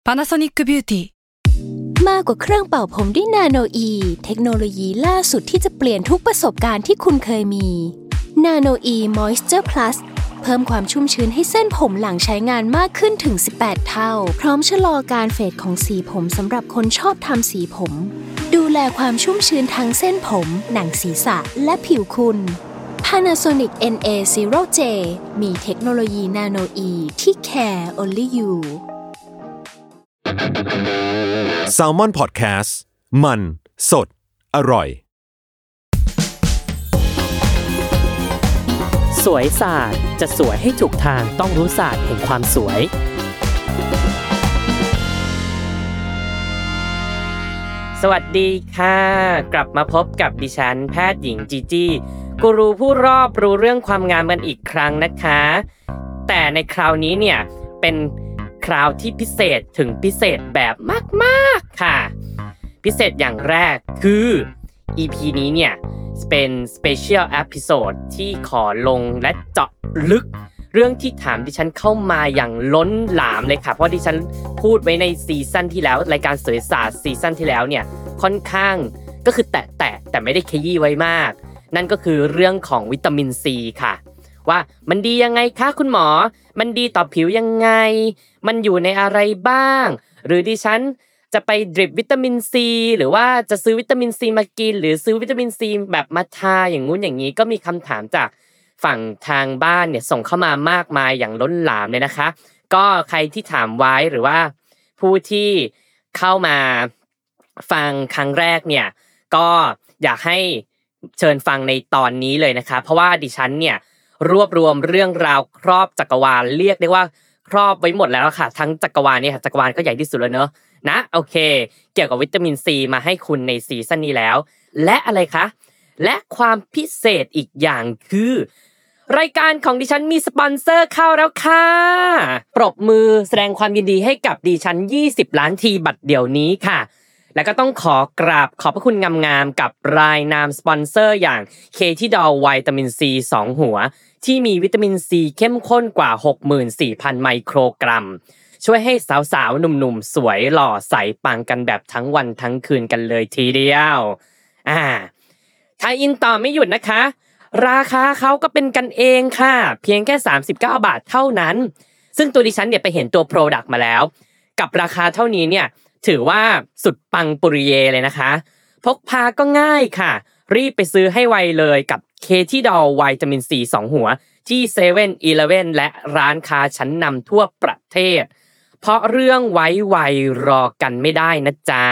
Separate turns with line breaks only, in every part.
Panasonic Beauty
มากกว่าเครื่องเป่าผมด้วยนาโนอีเทคโนโลยีล่าสุดที่จะเปลี่ยนทุกประสบการณ์ที่คุณเคยมีนาโนอีมอยส์เจอร์พลัสเพิ่มความชุ่มชื้นให้เส้นผมหลังใช้งานมากขึ้นถึง18เท่าพร้อมชะลอการเฟดของสีผมสำหรับคนชอบทำสีผมดูแลความชุ่มชื้นทั้งเส้นผมหนังศีรษะและผิวคุณ Panasonic NA0J มีเทคโนโลยีนาโนอีที่ care only you
Salmon Podcast มันสดอร่อย
สวยศาสตร์จะสวยให้ถูกทางต้องรู้ศาสตร์แห่งความสวยสวัสดีค่ะกลับมาพบกับดิฉันแพทย์หญิงจีจี้กูรูผู้รอบรู้เรื่องความงามกันอีกครั้งนะคะแต่ในคราวนี้เนี่ยเป็นคราวที่พิเศษถึงพิเศษแบบมากๆค่ะพิเศษอย่างแรกคือ EP นี้เนี่ยเป็น Special Episode ที่ขอลงและเจาะลึกเรื่องที่ถามดิฉันเข้ามาอย่างล้นหลามเลยค่ะเพราะดิฉันพูดไว้ในซีซั่นที่แล้วรายการสวยศาสตร์ซีซั่นที่แล้วเนี่ยค่อนข้างก็คือแต่ไม่ได้ขยี้ไว้มากนั่นก็คือเรื่องของวิตามินซีค่ะว่ามันดียังไงคะคุณหมอมันดีต่อผิวยังไงมันอยู่ในอะไรบ้างหรือดิฉันจะไปดริปวิตามินซีหรือว่าจะซื้อวิตามินซีมากินหรือซื้อวิตามินซีแบบมาทาอย่างงู้นอย่างนี้ก็มีคำถามจากฝั่งทางบ้านเนี่ยส่งเข้ามามากมายอย่างล้นหลามเลยนะคะก็ใครที่ถามไว้หรือว่าผู้ที่เข้ามาฟังครั้งแรกเนี่ยก็อยากให้เชิญฟังในตอนนี้เลยนะคะเพราะว่าดิฉันเนี่ยรวบรวมเรื่องราวครอบจักรวาลเรียกได้ว่าครอบไว้หมดแล้วค่ะทั้งจักรวาลเนี่ยค่ะจักรวาลก็ใหญ่ที่สุดแล้วเนอะนะโอเคเกี่ยวกับวิตามินซีมาให้คุณในซีซั่นนี้แล้วและอะไรคะและความพิเศษอีกอย่างคือรายการของดิฉันมีสปอนเซอร์เข้าแล้วค่ะปรบมือแสดงความยินดีให้กับดิฉัน20ล้านทีบัตรเดี๋ยวนี้ค่ะแล้วก็ต้องขอกราบขอบพระคุณงามๆกับรายนามสปอนเซอร์อย่างเคที่ดอลวิตามินซี2หัวที่มีวิตามินซีเข้มข้นกว่า 64,000 ไมโครกรัมช่วยให้สาวๆหนุ่มๆสวยหล่อใสปังกันแบบทั้งวันทั้งคืนกันเลยทีเดียวถ้าอินต่อไม่หยุดนะคะราคาเขาก็เป็นกันเองค่ะเพียงแค่39 บาทเท่านั้นซึ่งตัวดิฉันเนี่ยไปเห็นตัว product มาแล้วกับราคาเท่านี้เนี่ยถือว่าสุดปังปุริเยเลยนะคะพกพาก็ง่ายค่ะรีบไปซื้อให้ไวเลยกับเคที่ดอลวิตามินซี2หัวที่เซเว่นอีเลฟเว่นและร้านค้าชั้นนำทั่วประเทศเพราะเรื่องไว้ไวรอกันไม่ได้นะจ๊ะ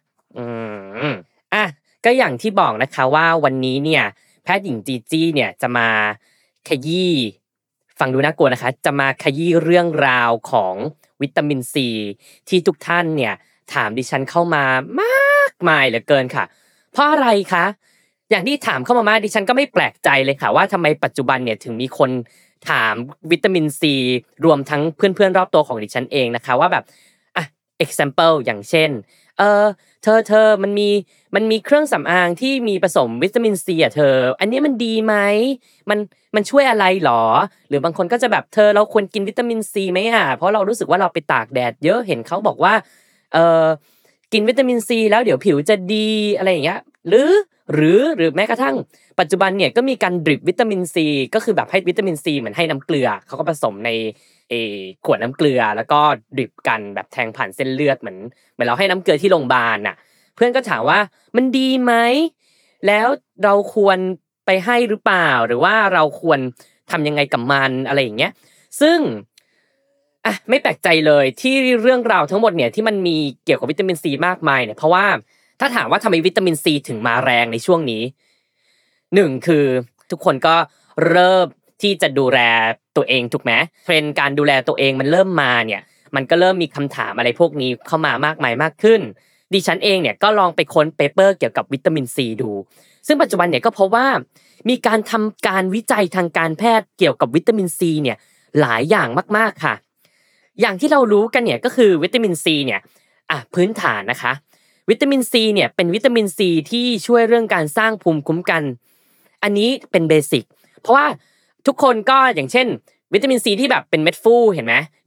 ก็อย่างที่บอกนะคะว่าวันนี้เนี่ยแพทย์หญิงจีจี้เนี่ยจะมาขยี้ฟังดูน่ากลัวนะคะจะมาขยี้เรื่องราวของวิตามินซีที่ทุกท่านเนี่ยถามดิฉันเข้ามามากมายเหลือเกินค่ะเพราะอะไรคะอย่างที่ถามเข้ามามากดิฉันก็ไม่แปลกใจเลยค่ะว่าทำไมปัจจุบันเนี่ยถึงมีคนถามวิตามินซีรวมทั้งเพื่อนๆรอบตัวของดิฉันเองนะคะว่าแบบexample อย่างเช่นเธอมันมีเครื่องสำอางที่มีผสมวิตามินซีเธออันนี้มันดีไหมมันช่วยอะไรหรอหรือบางคนก็จะแบบเราควรกินวิตามินซีไหมเพราะเรารู้สึกว่าเราไปตากแดดเยอะเห็นเขาบอกว่ากินวิตามินซีแล้วเดี๋ยวผิวจะดีอะไรอย่างเงี้ยหรือแม้กระทั่งปัจจุบันเนี่ยก็มีการดริปวิตามินซีก็คือแบบให้วิตามินซีเหมือนให้น้ำเกลือเขาก็ผสมในขวดน้ำเกลือแล้วก็ดริปกันแบบแทงผ่านเส้นเลือดเหมือนเราให้น้ำเกลือที่โรงพยาบาลน่ะเพื่อนก็ถามว่ามันดีไหมแล้วเราควรไปให้หรือเปล่าหรือว่าเราควรทำยังไงกับมันอะไรอย่างเงี้ยซึ่งไม่แปลกใจเลยที่เรื่องราวทั้งหมดเนี่ยที่มันมีเกี่ยวกับวิตามินซีมากมายเนี่ยเพราะว่าถ้าถามว่าทำไมวิตามินซีถึงมาแรงในช่วงนี้1คือทุกคนก็เริ่มที่จะดูแลตัวเองถูกไหมเทรนด์การดูแลตัวเองมันเริ่มมาเนี่ยมันก็เริ่มมีคำถามอะไรพวกนี้เข้ามามากมายมากขึ้นดิฉันเองเนี่ยก็ลองไปค้นเปเปอร์เกี่ยวกับวิตามินซีดูซึ่งปัจจุบันเนี่ยก็พบว่ามีการทำการวิจัยทางการแพทย์เกี่ยวกับวิตามินซีเนี่ยหลายอย่างมากๆค่ะอย่างที่เรารู้กันเนี่ยก็คือวิตามินซีเนี่ยพื้นฐานนะคะวิตามินซีเนี่ยเป็นวิตามินซีที่ช่วยเรื่องการสร้างภูมิคุ้มกันอันนี้เป็นเบสิกเพราะว่าทุกคนก็อย่างเช่นวิตามินซีที่แบบเป็นเม็ดฟูเห็นไหม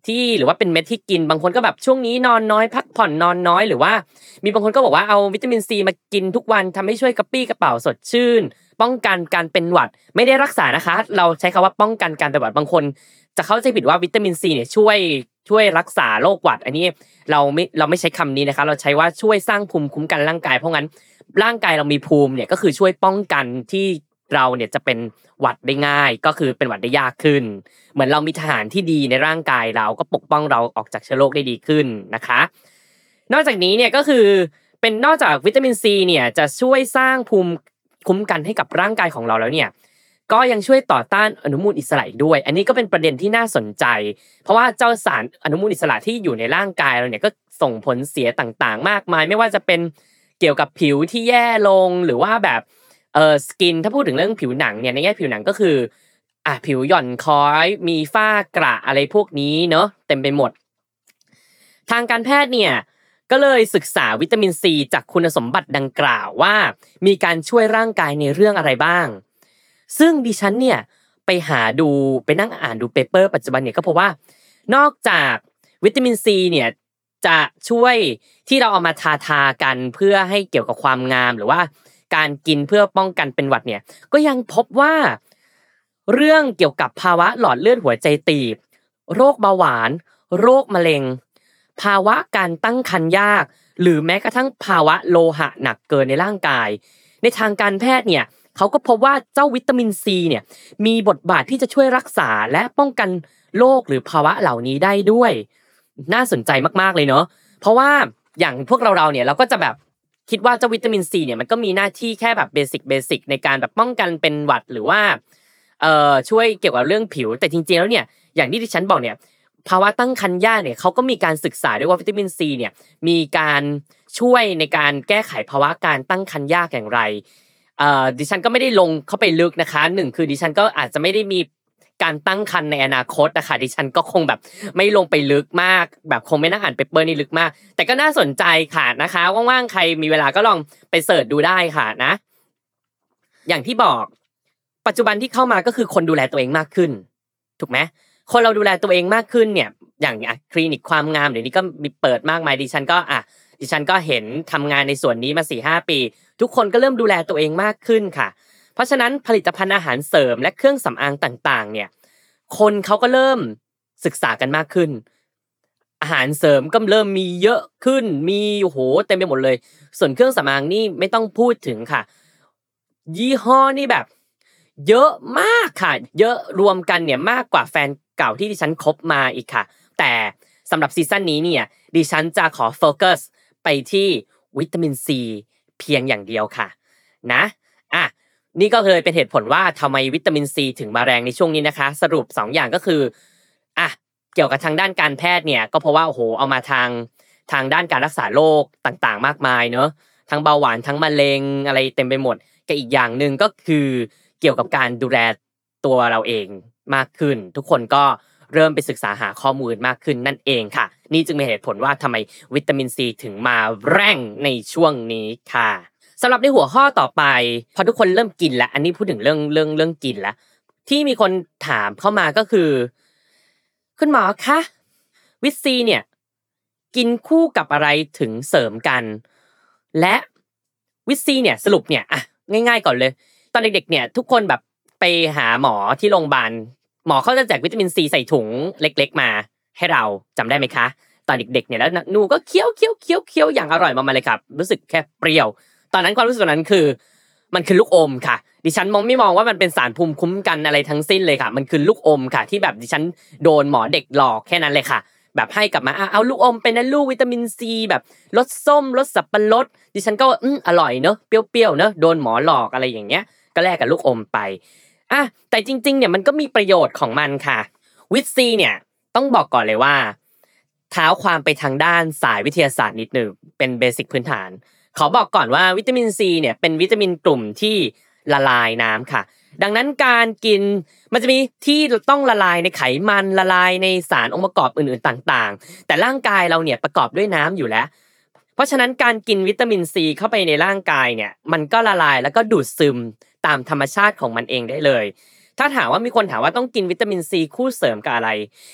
ที่หรือว่าเป็นเม็ดที่กินบางคนก็แบบช่วงนี้นอนน้อยพักผ่อนนอนน้อยหรือว่ามีบางคนก็บอกว่าเอาวิตามินซีมากินทุกวันทำให้ช่วยกระปรี้กระเป๋าสดชื่นป้องกันการเป็นหวัดไม่ได้รักษานะคะเราใช้คำว่าป้องกันการเป็นหวัดบางคนจะเข้าใจผิดว่าวิตามินซีเนี่ยช่วยรักษาโรคหวัดอันนี้เราไม่ใช้คำนี้นะคะเราใช้ว่าช่วยสร้างภูมิคุ้มกันร่างกายเพราะงั้นร่างกายเรามีภูมิเนี่ยก็คือช่วยป้องกันที่เราเนี่ยจะเป็นหวัดได้ง่ายก็คือเป็นหวัดได้ยากขึ้นเหมือนเรามีทหารที่ดีในร่างกายเราก็ปกป้องเราออกจากเชื้อโรคได้ดีขึ้นนะคะนอกจากนี้เนี่ยก็คือเป็นนอกจากวิตามินซีเนี่ยจะช่วยสร้างภูมิคุ้มกันให้กับร่างกายของเราแล้วเนี่ยก็ยังช่วยต่อต้านอนุมูลอิสระอีกด้วยอันนี้ก็เป็นประเด็นที่น่าสนใจเพราะว่าเจ้าสารอนุมูลอิสระที่อยู่ในร่างกายเราเนี่ยก็ส่งผลเสียต่างๆมากมายไม่ว่าจะเป็นเกี่ยวกับผิวที่แย่ลงหรือว่าแบบสกินถ้าพูดถึงเรื่องผิวหนังเนี่ยในแง่ผิวหนังก็คือผิวหย่อนคล้อยมีฝ้ากระอะไรพวกนี้เนาะเต็มไปหมดทางการแพทย์เนี่ยก็เลยศึกษาวิตามินซีจากคุณสมบัติดังกล่าวว่ามีการช่วยร่างกายในเรื่องอะไรบ้างซึ่งดิฉันเนี่ยไปนั่งอ่านดูเปเปอร์ปัจจุบันเนี่ยก็พบว่านอกจากวิตามินซีเนี่ยจะช่วยที่เราเอามาทากันเพื่อให้เกี่ยวกับความงามหรือว่าการกินเพื่อป้องกันเป็นหวัดเนี่ยก็ยังพบว่าเรื่องเกี่ยวกับภาวะหลอดเลือดหัวใจตีบโรคเบาหวานโรคมะเร็งภาวะการตั้งครรภ์ยากหรือแม้กระทั่งภาวะโลหะหนักเกินในร่างกายในทางการแพทย์เนี่ยเขาก็พบว่าเจ้าวิตามินซีเนี่ยมีบทบาทที่จะช่วยรักษาและป้องกันโรคหรือภาวะเหล่านี้ได้ด้วยน่าสนใจมากๆเลยเนาะเพราะว่าอย่างพวกเราเนี่ยเราก็จะแบบคิดว่าเจ้าวิตามินซีเนี่ยมันก็มีหน้าที่แค่แบบเบสิกในการแบบป้องกันเป็นหวัดหรือว่าช่วยเกี่ยวกับเรื่องผิวแต่จริงๆแล้วเนี่ยอย่างที่ดิฉันบอกเนี่ยภาวะตั้งครรภ์ยากเนี่ยเขาก็มีการศึกษาด้วยว่าวิตามินซีเนี่ยมีการช่วยในการแก้ไขภาวะการตั้งครรภ์ยากอย่างไรดิฉันก็ไม่ได้ลงเข้าไปลึกนะคะ1คือดิฉันก็อาจจะไม่ได้มีการตั้งครรภ์ในอนาคตนะคะดิฉันก็คงแบบไม่ลงไปลึกมากแบบคงไม่น่าอ่านเปเปอร์นี่ลึกมากแต่ก็น่าสนใจค่ะนะคะว่างๆใครมีเวลาก็ลองไปเสิร์ชดูได้ค่ะนะอย่างที่บอกปัจจุบันที่เข้ามาก็คือคนดูแลตัวเองมากขึ้นถูกไหมคนเราดูแลตัวเองมากขึ้นเนี่ยอย่างคลินิกความงามเดี๋ยวนี้ก็มีเปิดมากมายดิฉันก็เห็นทำงานในส่วนนี้มา 4-5 ปีทุกคนก็เริ่มดูแลตัวเองมากขึ้นค่ะเพราะฉะนั้นผลิตภัณฑ์อาหารเสริมและเครื่องสำอางต่างๆเนี่ยคนเขาก็เริ่มศึกษากันมากขึ้นอาหารเสริมก็เริ่มมีเยอะขึ้นมีโอ้โหเต็มไปหมดเลยส่วนเครื่องสำอางนี่ไม่ต้องพูดถึงค่ะยี่ห้อนี่แบบเยอะมากค่ะเยอะรวมกันเนี่ยมากกว่าแฟนเก่าที่ดิฉันคบมาอีกค่ะแต่สำหรับซีซั่นนี้เนี่ยดิฉันจะขอโฟกัสไปที่วิตามินซีเพียงอย่างเดียวค่ะนะนี่ก็เลยเป็นเหตุผลว่าทำไมวิตามินซีถึงมาแรงในช่วงนี้นะคะสรุป2อย่างก็คือเกี่ยวกับทางด้านการแพทย์เนี่ยก็เพราะว่าโอ้โหเอามาทางด้านการรักษาโรคต่างๆมากมายเนอะทั้งเบาหวานทั้งมะเร็งอะไรเต็มไปหมดกับอีกอย่างนึงก็คือเกี่ยวกับการดูแลตัวเราเองมากขึ้นทุกคนก็เริ่มไปศึกษาหาข้อมูลมากขึ้นนั่นเองค่ะนี่จึงเป็นเหตุผลว่าทำไมวิตามินซีถึงมาแรงในช่วงนี้ค่ะสำหรับในหัวข้อต่อไปพอทุกคนเริ่มกินแล้วอันนี้พูดถึงเรื่องกินแล้วที่มีคนถามเข้ามาก็คือคุณหมอคะวิตซีเนี่ยกินคู่กับอะไรถึงเสริมกันและวิตซีเนี่ยสรุปเนี่ยง่ายๆก่อนเลยตอนเด็กๆเนี่ยทุกคนแบบไปหาหมอที่โรงพยาบาลหมอเขาจะแจกวิตามินซีใส่ถุงเล็กๆมาให้เราจำได้ไหมคะตอนเด็กๆเนี่ยแล้วหนูก็เคี้ยวอย่างอร่อยมาเลยครับรู้สึกแค่เปรี้ยวตอนนั้นความรู้สึกนั้นคือมันคือลูกอมค่ะดิฉันไม่มองว่ามันเป็นสารภูมิคุ้มกันอะไรทั้งสิ้นเลยค่ะมันคือลูกอมค่ะที่แบบดิฉันโดนหมอเด็กหลอกแค่นั้นเลยค่ะแบบให้กลับมาเอาลูกอมเป็นนะลูกวิตามินซีแบบรสส้มรสสับปะรดดิฉันก็อร่อยเนอะเปรี้ยวๆเนอะโดนหมอหลอกอะไรอย่างเงี้ยก็แลกกับลูกอมไปแต่จริงๆเนี่ยมันก็มีประโยชน์ของมันค่ะวิตซีเนี่ยต้องบอกก่อนเลยว่าเท้าความไปทางด้านสายวิทยาศาสตร์นิดนึงเป็นเบสิกพื้นฐานขอบอกก่อนว่าวิตามินซีเนี่ยเป็นวิตามินกลุ่มที่ละลายน้ำค่ะดังนั้นการกินมันจะมีที่ต้องละลายในไขมันละลายในสารองค์ประกอบอื่นๆต่างๆแต่ร่างกายเราเนี่ยประกอบด้วยน้ำอยู่แล้วเพราะฉะนั้นการกินวิตามินซีเข้าไปในร่างกายเนี่ยมันก็ละลายแล้วก็ดูดซึมตามธรรมชาติของมันเองได้เลยถ้าถามว่ามีคนถามว่าต้องกินวิตามินซีคู่เสริมกับอะไร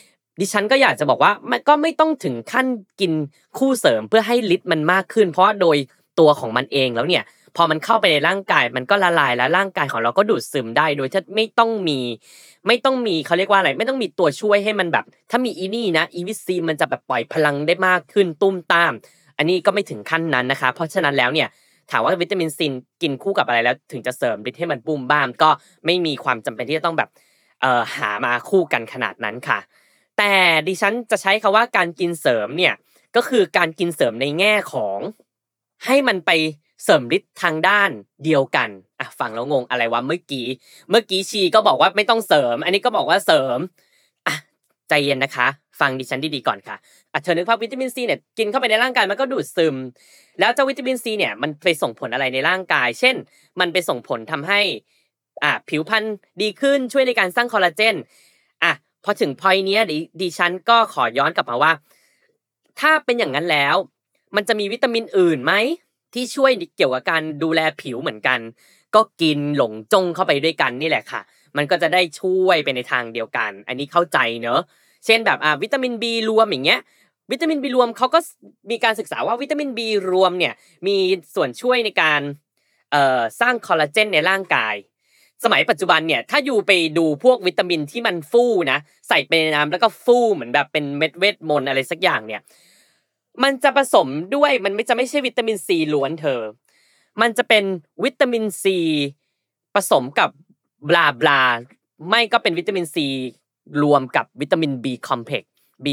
ดิฉันก็อยากจะบอกว่ามันก็ไม่ต้องถึงขั้นกินคู่เสริมเพื่อให้ฤทธิ์มันมากขึ้นเพราะโดยตัวของมันเองแล้วเนี่ยพอมันเข้าไปในร่างกายมันก็ละลายแล้วร่างกายของเราก็ดูดซึมได้โดยที่ไม่ต้องมีเขาเรียกว่าอะไรไม่ต้องมีตัวช่วยให้มันแบบถ้ามีอีนี่นะอีวิซีมันจะแบบปล่อยพลังได้มากขึ้นตุ้มตามอันนี้ก็ไม่ถึงขั้นนั้นนะคะเพราะฉะนั้นแล้วเนี่ยถามว่าวิตามินซีกินคู่กับอะไรแล้วถึงจะเสริมฤทธิ์ให้มันปุ้มบ้ามก็ไม่มีความจำเป็นที่จะต้องแบบหามาคู่กันขนาดนั้นค่ะแต่ดิฉันจะใช้คำว่าการกินเสริมเนี่ยก็คือการกินเสริมในแง่ของให้มันไปเสริมฤทธิ์ทางด้านเดียวกันอ่ะฟังแล้วงงอะไรวะเมื่อกี้ชีก็บอกว่าไม่ต้องเสริมอันนี้ก็บอกว่าเสริมอ่ะใจเย็นนะคะฟังดิฉันดีๆก่อนค่ะเธอนึกภาพวิตามินซีเนี่ยกินเข้าไปในร่างกายมันก็ดูดซึมแล้วเจ้าวิตามินซีเนี่ยมันไปส่งผลอะไรในร่างกายเช่นมันไปส่งผลทำให้ผิวพรรณดีขึ้นช่วยในการสร้างคอลลาเจนพอถึงพอยต์นี้ดิฉันก็ขอย้อนกลับมาว่าถ้าเป็นอย่างนั้นแล้วมันจะมีวิตามินอื่นไหมที่ช่วยเกี่ยวกับการดูแลผิวเหมือนกันก็กินหลงจงเข้าไปด้วยกันนี่แหละค่ะมันก็จะได้ช่วยไปในทางเดียวกันอันนี้เข้าใจเนอะเช่นแบบวิตามิน B รวมอย่างเงี้ยวิตามิน B รวมเขาก็มีการศึกษาว่าวิตามิน B รวมเนี่ยมีส่วนช่วยในการสร้างคอลลาเจนในร่างกายสมัยปัจจุบันเนี่ยถ้าอยู่ไปดูพวกวิตามินที่มันฟูนะใส่ไปในน้ำแล้วก็ฟูเหมือนแบบเป็นเม็ดเวทมนต์อะไรสักอย่างเนี่ยมันจะผสมด้วยมันไม่ใช่วิตามินซีล้วนเธอมันจะเป็นวิตามินซีผสมกับบลาบลาไม่ก็เป็นวิตามินซีรวมกับวิตามิน B complex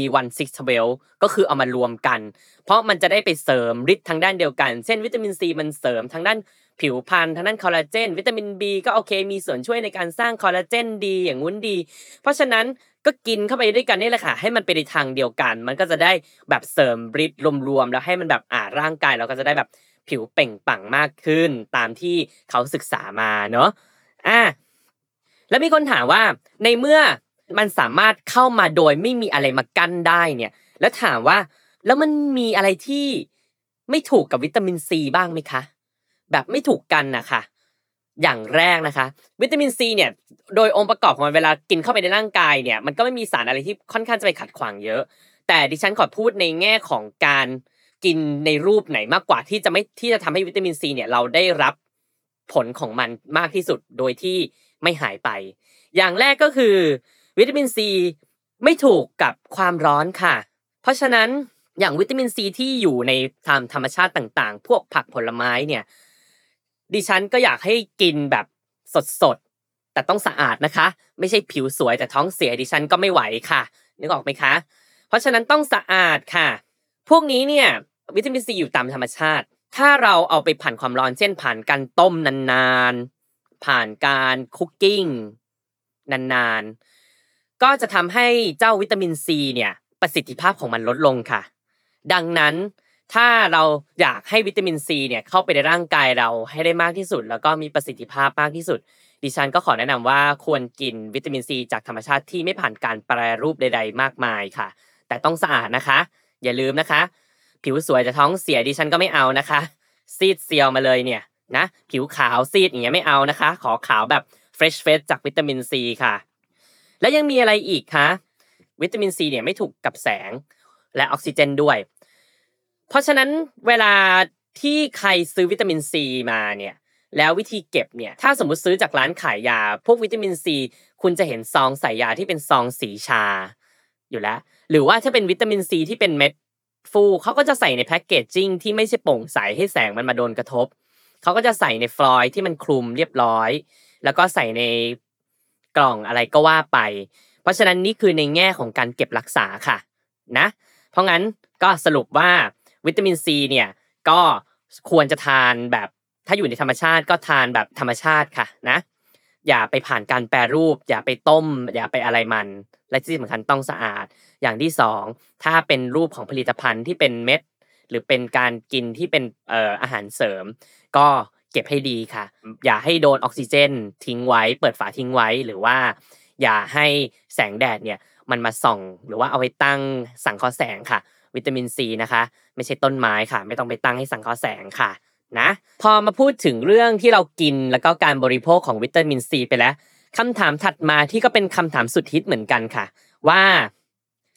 B112 ก็คือเอามารวมกันเพราะมันจะได้ไปเสริมฤทธิ์ทางด้านเดียวกันเช่นวิตามินซีมันเสริมทางด้านผิวพรรณทางด้านคอลลาเจนวิตามิน B ก็โอเคมีส่วนช่วยในการสร้างคอลลาเจนดีอย่างงู้นดีเพราะฉะนั้นก็กินเข้าไปด้วยกันนี่แหละค่ะให้มันไปในทางเดียวกันมันก็จะได้แบบเสริมฤทธิ์รวมๆแล้วให้มันแบบร่างกายเราก็จะได้แบบผิวเปล่งปลั่งมากขึ้นตามที่เขาศึกษามาเนาะแล้วมีคนถามว่าในเมื่อมันสามารถเข้ามาโดยไม่มีอะไรมากั้นได้เนี่ยแล้วถามว่าแล้วมันมีอะไรที่ไม่ถูกกับวิตามินซีบ้างไหมคะแบบไม่ถูกกันนะคะอย่างแรกนะคะวิตามินซีเนี่ยโดยองค์ประกอบของมันเวลากินเข้าไปในร่างกายเนี่ยมันก็ไม่มีสารอะไรที่ค่อนข้างจะไปขัดขวางเยอะแต่ดิฉันขอพูดในแง่ของการกินในรูปไหนมากกว่าที่จะทำให้วิตามินซีเนี่ยเราได้รับผลของมันมากที่สุดโดยที่ไม่หายไปอย่างแรกก็คือวิตามินซีไม่ถูกกับความร้อนค่ะเพราะฉะนั้นอย่างวิตามินซีที่อยู่ในตามธรรมชาติต่างๆพวกผักผลไม้เนี่ยดิฉันก็อยากให้กินแบบสดๆแต่ต้องสะอาดนะคะไม่ใช่ผิวสวยแต่ท้องเสียดิฉันก็ไม่ไหวค่ะนึกออกไหมคะเพราะฉะนั้นต้องสะอาดค่ะพวกนี้เนี่ยวิตามินซีอยู่ตามธรรมชาติถ้าเราเอาไปผ่านความร้อนเช่นผ่านการต้มนานๆผ่านการคุกกิ้งนานๆก็จะทำให้เจ้าวิตามินซีเนี่ยประสิทธิภาพของมันลดลงค่ะดังนั้นถ้าเราอยากให้วิตามินซีเนี่ยเข้าไปในร่างกายเราให้ได้มากที่สุดแล้วก็มีประสิทธิภาพมากที่สุดดิฉันก็ขอแนะนำว่าควรกินวิตามินซีจากธรรมชาติที่ไม่ผ่านการแปรรูปใดๆมากมายค่ะแต่ต้องสะอาดนะคะอย่าลืมนะคะผิวสวยแต่ท้องเสียดิฉันก็ไม่เอานะคะซีดเซียวมาเลยเนี่ยนะผิวขาวซีดอย่างเงี้ยไม่เอานะคะขอขาวแบบเฟรชจากวิตามินซีค่ะและยังมีอะไรอีกคะวิตามินซีเนี่ยไม่ถูกกับแสงและออกซิเจนด้วยเพราะฉะนั้นเวลาที่ใครซื้อวิตามินซีมาเนี่ยแล้ววิธีเก็บเนี่ยถ้าสมมุติซื้อจากร้านขายยาพวกวิตามินซีคุณจะเห็นซองใส่ยาที่เป็นซองสีชาอยู่แล้วหรือว่าถ้าเป็นวิตามินซีที่เป็นเม็ดฟูเขาก็จะใส่ในแพ็คเกจจิ้งที่ไม่ใช่โปร่งใสให้แสงมันมาโดนกระทบเขาก็จะใส่ในฟลอยด์ที่มันคลุมเรียบร้อยแล้วก็ใส่ในกล่องอะไรก็ว่าไปเพราะฉะนั้นนี่คือในแง่ของการเก็บรักษาค่ะนะเพราะงั้นก็สรุปว่าวิตามินซีเนี่ยก็ควรจะทานแบบถ้าอยู่ในธรรมชาติก็ทานแบบธรรมชาติค่ะนะอย่าไปผ่านการแปรรูปอย่าไปต้มอย่าไปอะไรมันและที่สำคัญต้องสะอาดอย่างที่สองถ้าเป็นรูปของผลิตภัณฑ์ที่เป็นเม็ดหรือเป็นการกินที่เป็นอาหารเสริมก็เก็บให้ดีค่ะอย่าให้โดนออกซิเจนทิ้งไว้เปิดฝาทิ้งไว้หรือว่าอย่าให้แสงแดดเนี่ยมันมาส่องหรือว่าเอาไว้ตั้งสังเคราะห์แสงค่ะวิตามินซีนะคะไม่ใช่ต้นไม้ค่ะไม่ต้องไปตั้งให้สังเคราะห์แสงค่ะนะพอมาพูดถึงเรื่องที่เรากินแล้วก็การบริโภคของวิตามินซีไปแล้วคำถามถัดมาที่ก็เป็นคำถามสุดฮิตเหมือนกันค่ะว่าเพ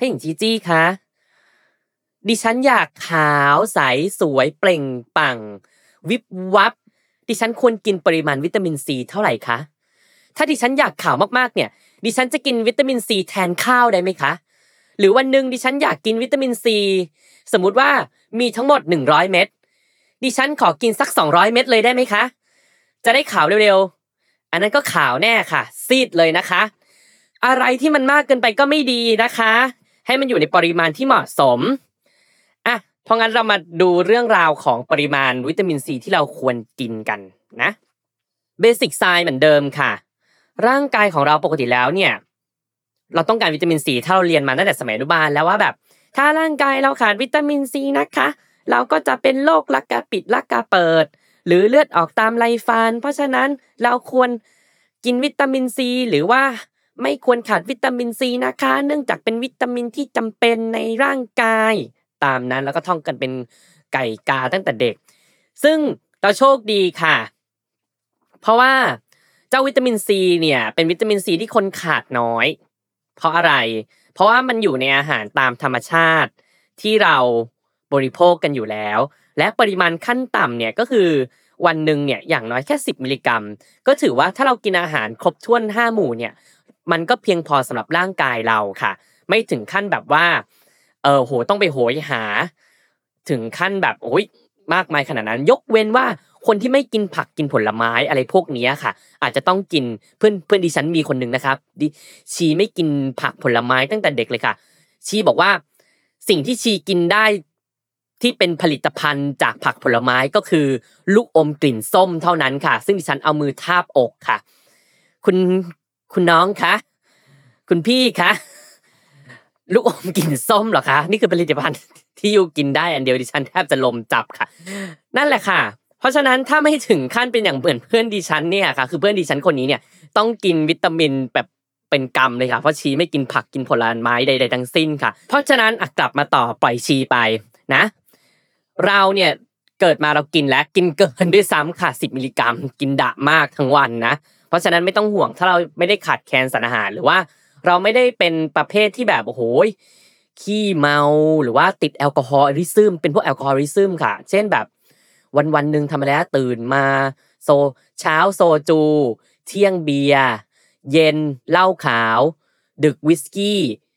หญิงจีจี้คะดิฉันอยากขาวใสสวยเปล่งปลั่งวิบวับดิฉันควรกินปริมาณวิตามินซีเท่าไหร่คะถ้าดิฉันอยากขาวมากๆเนี่ยดิฉันจะกินวิตามินซีแทนข้าวได้ไหมคะหรือวันนึงดิฉันอยากกินวิตามินซีสมมุติว่ามีทั้งหมด100เม็ดดิฉันขอกินสัก200เม็ดเลยได้ไหมคะจะได้ขาวเร็วๆอันนั้นก็ขาวแน่ค่ะซีดเลยนะคะอะไรที่มันมากเกินไปก็ไม่ดีนะคะให้มันอยู่ในปริมาณที่เหมาะสมอ่ะเพราะงั้นเรามาดูเรื่องราวของปริมาณวิตามินซีที่เราควรกินกันนะเบสิกไซน์เหมือนเดิมค่ะร่างกายของเราปกติแล้วเนี่ยเราต้องการวิตามินซีถ้าเราเรียนมาตั้งแต่สมัยอนุบาลแล้วว่าแบบถ้าร่างกายเราขาดวิตามินซีนะคะเราก็จะเป็นโรคลักกาปิดลักกาเปิดหรือเลือดออกตามไรฟันเพราะฉะนั้นเราควรกินวิตามินซีหรือว่าไม่ควรขาดวิตามินซีนะคะเนื่องจากเป็นวิตามินที่จำเป็นในร่างกายตามนั้นแล้วก็ท่องกันเป็นไก่กาตั้งแต่เด็กซึ่งเราโชคดีค่ะเพราะว่าเจ้าวิตามินซีเนี่ยเป็นวิตามินซีที่คนขาดน้อยเพราะอะไรเพราะว่ามันอยู่ในอาหารตามธรรมชาติที่เราบริโภคกันอยู่แล้วและปริมาณขั้นต่ำเนี่ยก็คือวันนึงเนี่ยอย่างน้อยแค่10มิลลิกรัมก็ถือว่าถ้าเรากินอาหารครบถ้วน5หมู่เนี่ยมันก็เพียงพอสำหรับร่างกายเราค่ะไม่ถึงขั้นแบบว่าโหต้องไปโหยหาถึงขั้นแบบโอ้ยมากมายขนาดนั้นยกเว้นว่าคนที่ไม่กินผักกินผลไม้อะไรพวกนี้ค่ะอาจจะต้องกินเพื่อนดิฉันมีคนนึงนะครับชีไม่กินผักผลไม้ตั้งแต่เด็กเลยค่ะชีบอกว่าสิ่งที่ชีกินได้ที่เป็นผลิตภัณฑ์จากผักผลไม้ก็คือลูกอมกลิ่นส้มเท่านั้นค่ะซึ่งดิฉันเอามือทาบอกค่ะคุณน้องคะคุณพี่คะลูกอมกลิ่นส้มเหรอคะนี่คือผลิตภัณฑ์ที่อยู่กินได้อันเดียวดิฉันแทบจะลมจับค่ะนั่นแหละค่ะเพราะฉะนั้นถ้าไม่ถึงขั้นเป็นอย่างเหมือนเพื่อนดิฉันเนี่ยค่ะคือเพื่อนดิฉันคนนี้เนี่ยต้องกินวิตามินแบบเป็นกำเลยค่ะเพราะชีไม่กินผักกินผลไม้ใดๆทั้งสิ้นค่ะเพราะฉะนั้นกลับมาต่อปล่อยชีไปนะเราเนี่ยเกิดมาเรากินแล้วกินเกินด้วยซ้ำค่ะ10มิลลิกรัมกินดะมากทั้งวันนะเพราะฉะนั้นไม่ต้องห่วงถ้าเราไม่ได้ขาดแคลนสารอาหารหรือว่าเราไม่ได้เป็นประเภทที่แบบโอ้โหขี้เมาหรือว่าติดแอลกอฮอลิซึมเป็นพวกแอลกอฮอลิซึมค่ะเช่นแบบวันๆนึงทำอะไรนะตื่นมาเช้าโซจูเที่ยงเบียร์เย็นเหล้าขาวดึกวิสกี้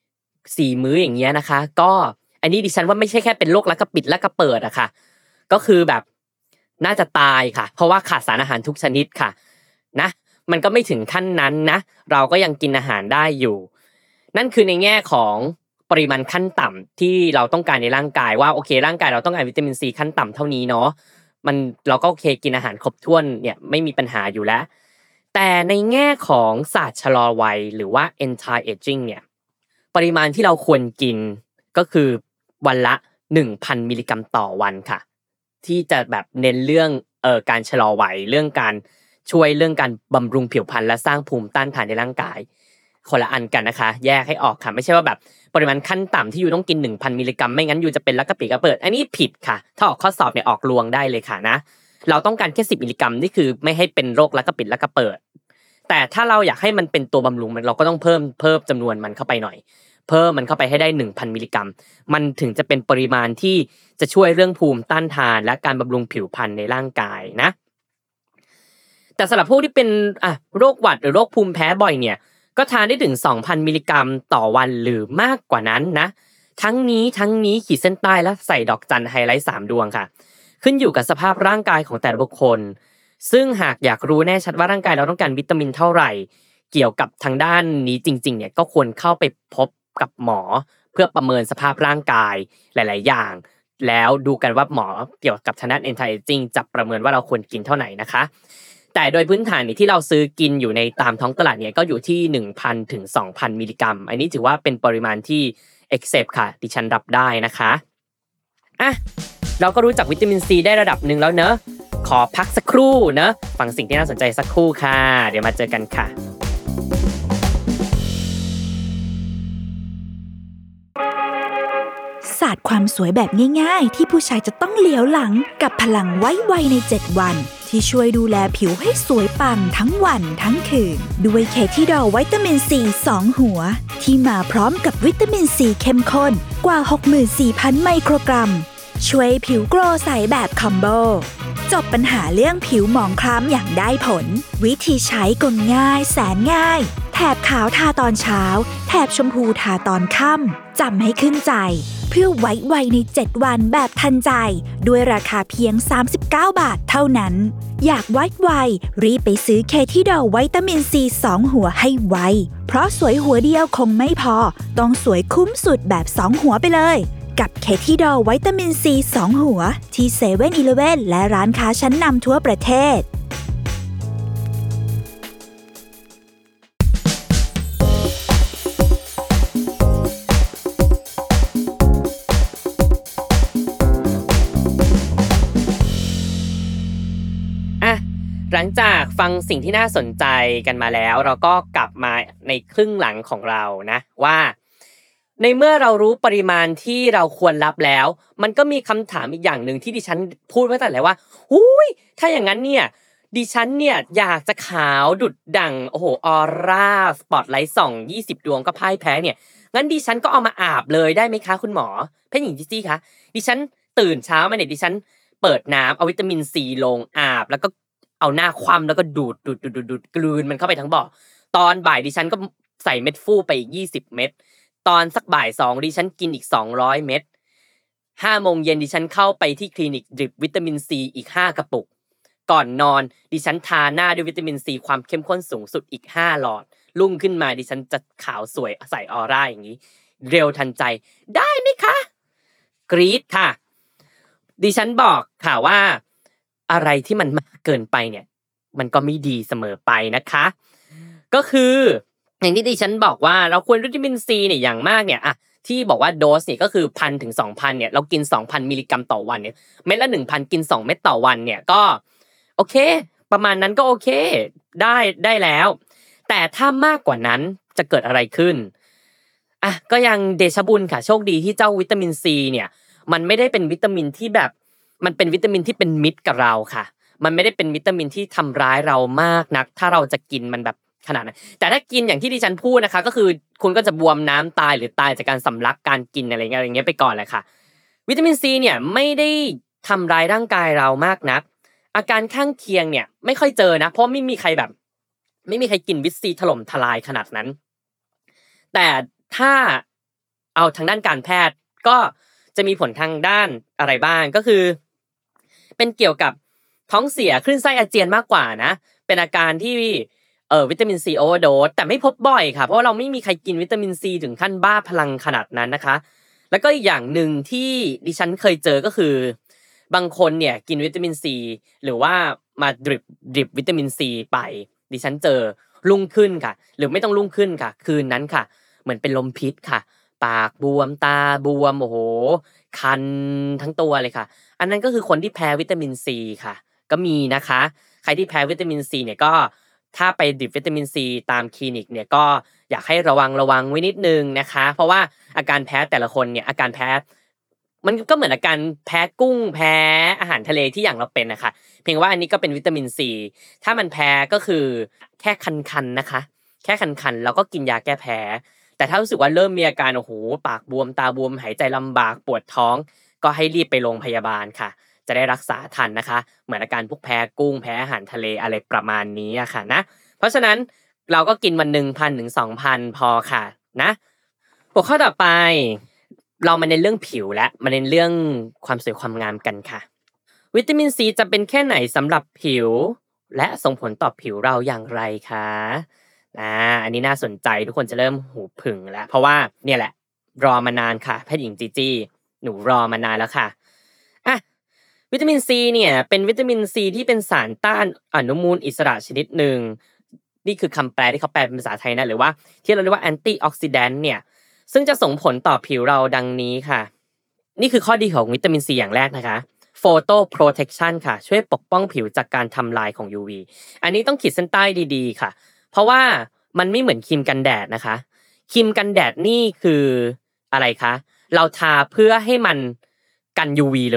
4มื้ออย่างเงี้ยนะคะก็อันนี้ดิฉันว่าไม่ใช่แค่เป็นโรคลักกระปิดลักกระเปิดอะค่ะก็คือแบบน่าจะตายค่ะเพราะว่าขาดสารอาหารทุกชนิดค่ะนะมันก็ไม่ถึงขั้นนั้นนะเราก็ยังกินอาหารได้อยู่นั่นคือในแง่ของปริมาณขั้นต่ำที่เราต้องการในร่างกายว่าโอเคร่างกายเราต้องการวิตามินซีขั้นต่ำเท่านี้เนาะเราก็โอเคกินอาหารครบถ้วนเนี่ยไม่มีปัญหาอยู่แล้วแต่ในแง่ของศาสตร์ชะลอวัยหรือว่า anti aging เนี่ยปริมาณที่เราควรกินก็คือวันละ 1,000 มิลลิกรัมต่อวันค่ะที่จะแบบเน้นเรื่องการชะลอวัยเรื่องการช่วยเรื่องการบำรุงผิวพรรณและสร้างภูมิต้านทานในร่างกายคนละอันกันนะคะแยกให้ออกค่ะไม่ใช่ว่าแบบปริมาณขั้นต่ำที่อยู่ต้องกิน 1,000 มิลลิกรัมไม่งั้นอยู่จะเป็นลักกะปิกระเปิดอันนี้ผิดค่ะถ้าออกข้อสอบเนี่ยออกลวงได้เลยค่ะนะเราต้องการแค่10มิลลิกรัมนี่คือไม่ให้เป็นโรคลักกะปิลักกะเปิดแต่ถ้าเราอยากให้มันเป็นตัวบำรุงเราก็ต้องเพิ่มจำนวนมันเข้าไปหน่อยเพิ่มมันเข้าไปให้ได้ 1,000 มิลลิกรัมมันถึงจะเป็นปริมาณที่จะช่วยเรื่องภูมิต้านทานและการบำรุงผิวพรรณในร่างกายนะแต่สำหรับผู้ที่เป็นโรคหวัดหรือโรคภูมิแพ้บ่อยเนี่ยก็ทานได้ถึง 2,000 มิลลิกรัมต่อวันหรือมากกว่านั้นนะทั้งนี้ขีดเส้นใต้และใส่ดอกจันไฮไลท์3ดวงค่ะขึ้นอยู่กับสภาพร่างกายของแต่ละบุคคลซึ่งหากอยากรู้แน่ชัดว่าร่างกายเราต้องการวิตามินเท่าไหร่เกี่ยวกับทางด้านนี้จริงๆเนี่ยก็ควรเข้าไปพบกับหมอเพื่อประเมินสภาพร่างกายหลายๆอย่างแล้วดูกันว่าหมอเกี่ยวกับทางด้าน anti aging จะประเมินว่าเราควรกินเท่าไหร่นะคะแต่โดยพื้นฐานนี่ที่เราซื้อกินอยู่ในตามท้องตลาดเนี่ยก็อยู่ที่ 1,000 ถึง 2,000 มิลลิกรัมอันนี้ถือว่าเป็นปริมาณที่ accept ค่ะดิฉันรับได้นะคะเราก็รู้จักวิตามินซีได้ระดับนึงแล้วเนอะขอพักสักครู่เนอะฟังสิ่งที่น่าสนใจสักครู่ค่ะเดี๋ยวมาเจอกันค่ะ
ศาสตร์ความสวยแบบง่ายๆที่ผู้ชายจะต้องเหลียวหลังกับพลังไว้ไวใน7วันที่ช่วยดูแลผิวให้สวยปังทั้งวันทั้งคืนด้วยเคที่ดอลวิตามินซี2หัวที่มาพร้อมกับวิตามินซีเข้มข้นกว่า 64,000 ไมโครกรัมช่วยผิวโกลว์ใสแบบคอมโบจบปัญหาเรื่องผิวหมองคล้ำอย่างได้ผลวิธีใช้ก็ง่ายแสนง่ายแถบขาวทาตอนเช้าแถบชมพูทาตอนค่ำจำให้ขึ้นใจเพื่อไว้ไวใน7วันแบบทันใจด้วยราคาเพียง39 บาทเท่านั้นอยากไว้ไวรีบไปซื้อเคที่ดอลวิตามินซี2หัวให้ไวเพราะสวยหัวเดียวคงไม่พอต้องสวยคุ้มสุดแบบ2หัวไปเลยกับเคที่ดอลวิตามินซี2หัวที่เซเว่นอีเลฟเว่นและร้านค้าชั้นนำทั่วประเทศ
หลังจากฟังสิ่งที่น่าสนใจกันมาแล้วเราก็กลับมาในครึ่งหลังของเรานะว่าในเมื่อเรารู้ปริมาณที่เราควรรับแล้วมันก็มีคำถามอีกอย่างนึงที่ดิฉันพูดไว้ตั้งแต่แรกว่าอุ้ยถ้าอย่างนั้นเนี่ยดิฉันเนี่ยอยากจะขาวดุจดั่งโอ้โหออร่าสปอตไลท์ส่อง20ดวงก็พ่ายแพ้เนี่ยงั้นดิฉันก็เอามาอาบเลยได้ไหมคะคุณหมอแพทย์หญิงจิจี้คะดิฉันตื่นเช้ามาเนี่ยดิฉันเปิดน้ำเอาวิตามินซีลงอาบแล้วก็เอาหน้าคว่ำแล้วก็ดูดกลืนมันเข้าไปทั้งบ่อตอนบ่ายดิฉันก็ใส่เม็ดฟูไปอีก20เม็ดตอนสักบ่าย2ดิฉันกินอีก200เม็ด5โมงเย็นดิฉันเข้าไปที่คลินิกดริปวิตามินซีอีก5กระปุกก่อนนอนดิฉันทาหน้าด้วยวิตามินซีความเข้มข้นสูงสุดอีก5หลอดรุ่งขึ้นมาดิฉันจะขาวสวยใส่ออร่าอย่างนี้เร็วทันใจได้ไหมคะกรี๊ดค่ะดิฉันบอกค่ะว่าอะไรที่มันมากเกินไปเนี่ยมันก็ไม่ดีเสมอไปนะคะก็คืออย่างที่ดิฉันบอกว่าเราควรวิตามินซีเนี่ยอย่างมากเนี่ยอะที่บอกว่าโดสเนี่ยก็คือ 1,000 ถึง 2,000 เนี่ยเรากิน 2,000 มิลลิกรัมต่อวันเนี่ยเม็ดละ 1,000 กิน2เม็ดต่อวันเนี่ยก็โอเคประมาณนั้นก็โอเคได้แล้วแต่ถ้ามากกว่านั้นจะเกิดอะไรขึ้นอ่ะก็ยังเดชะบุญค่ะโชคดีที่เจ้าวิตามินซีเนี่ยมันไม่ได้เป็นวิตามินที่แบบมันเป็นวิตามินที่เป็นมิตรกับเราค่ะมันไม่ได้เป็นวิตามินที่ทำร้ายเรามากนักถ้าเราจะกินมันแบบขนาดนั้นแต่ถ้ากินอย่างที่ดิฉันพูดนะคะก็คือคุณก็จะบวมน้ำตายหรือตายจากการสำลักการกินอะไรเงี้ยไปก่อนเลยค่ะวิตามินซีเนี่ยไม่ได้ทำร้ายร่างกายเรามากนักอาการข้างเคียงเนี่ยไม่ค่อยเจอนะเพราะไม่มีใครกินวิตซีถล่มทลายขนาดนั้นแต่ถ้าเอาทางด้านการแพทย์ก็จะมีผลทางด้านอะไรบ้างก็คือเป็นเกี่ยวกับท้องเสียคลื่นไส้อาเจียนมากกว่านะเป็นอาการที่วิตามินซีโอเวอร์โดสแต่ไม่พบบ่อยค่ะเพราะเราไม่มีใครกินวิตามินซีถึงขั้นบ้าพลังขนาดนั้นนะคะแล้วก็อีกอย่างนึงที่ดิฉันเคยเจอก็คือบางคนเนี่ยกินวิตามินซีหรือว่ามาดริปวิตามินซีไปดิฉันเจอรุ่งขึ้นค่ะหรือไม่ต้องรุ่งขึ้นค่ะคืนนั้นค่ะเหมือนเป็นลมพิษค่ะปากบวมตาบวมโอ้โหคันทั้งตัวเลยค่ะอันนั้นก็คือคนที่แพ้วิตามินซีค่ะก็มีนะคะใครที่แพ้วิตามินซีเนี่ยก็ถ้าไปดริปวิตามินซีตามคลินิกเนี่ยก็อยากให้ระวังไว้นิดนึงนะคะเพราะว่าอาการแพ้แต่ละคนเนี่ยอาการแพ้มันก็เหมือนอาการแพ้กุ้งแพ้อาหารทะเลที่อย่างเราเป็นนะคะเพียงว่าอันนี้ก็เป็นวิตามินซีถ้ามันแพ้ก็คือแค่คันๆนะคะแค่คันๆแล้วก็กินยาแก้แพ้แต่ถ้ารู้สึกว่าเริ่มมีอาการโอ้โหปากบวมตาบวมหายใจลำบากปวดท้องก็ให้รีบไปโรงพยาบาลค่ะจะได้รักษาทันนะคะเหมือนอาการพวกแพ้กุ้งแพ้อาหารทะเลอะไรประมาณนี้อะค่ะนะเพราะฉะนั้นเราก็กินวันนึง 1,000 ถึง 2,000 พอค่ะนะหัวข้อต่อไปเรามาในเรื่องผิวและมาในเรื่องความสวยความงามกันค่ะวิตามินซีจะเป็นแค่ไหนสำหรับผิวและส่งผลต่อผิวเราอย่างไรคะอันนี้น่าสนใจทุกคนจะเริ่มหูผึ่งแล้วเพราะว่าเนี่ยแหละรอมานานค่ะแพทย์หญิงจีจี้หนูรอมานานแล้วค่ะวิตามินซีเนี่ยเป็นวิตามินซีที่เป็นสารต้านอนุมูลอิสระชนิดหนึ่งนี่คือคำแปลที่เขาแปลเป็นภาษาไทยนะหรือว่าที่เราเรียกว่าแอนตี้ออกซิแดนต์เนี่ยซึ่งจะส่งผลต่อผิวเราดังนี้ค่ะนี่คือข้อดีของวิตามินซีอย่างแรกนะคะโฟโตโปรเทคชันค่ะช่วยปกป้องผิวจากการทำลายของ UV อันนี้ต้องขีดเส้นใต้ดีๆค่ะเพราะว่ามันไม่เหมือนครีมกันแดดนะคะครีมกันแดดนี่คืออะไรคะเราทาเพื่อให้มันกัน UV เลย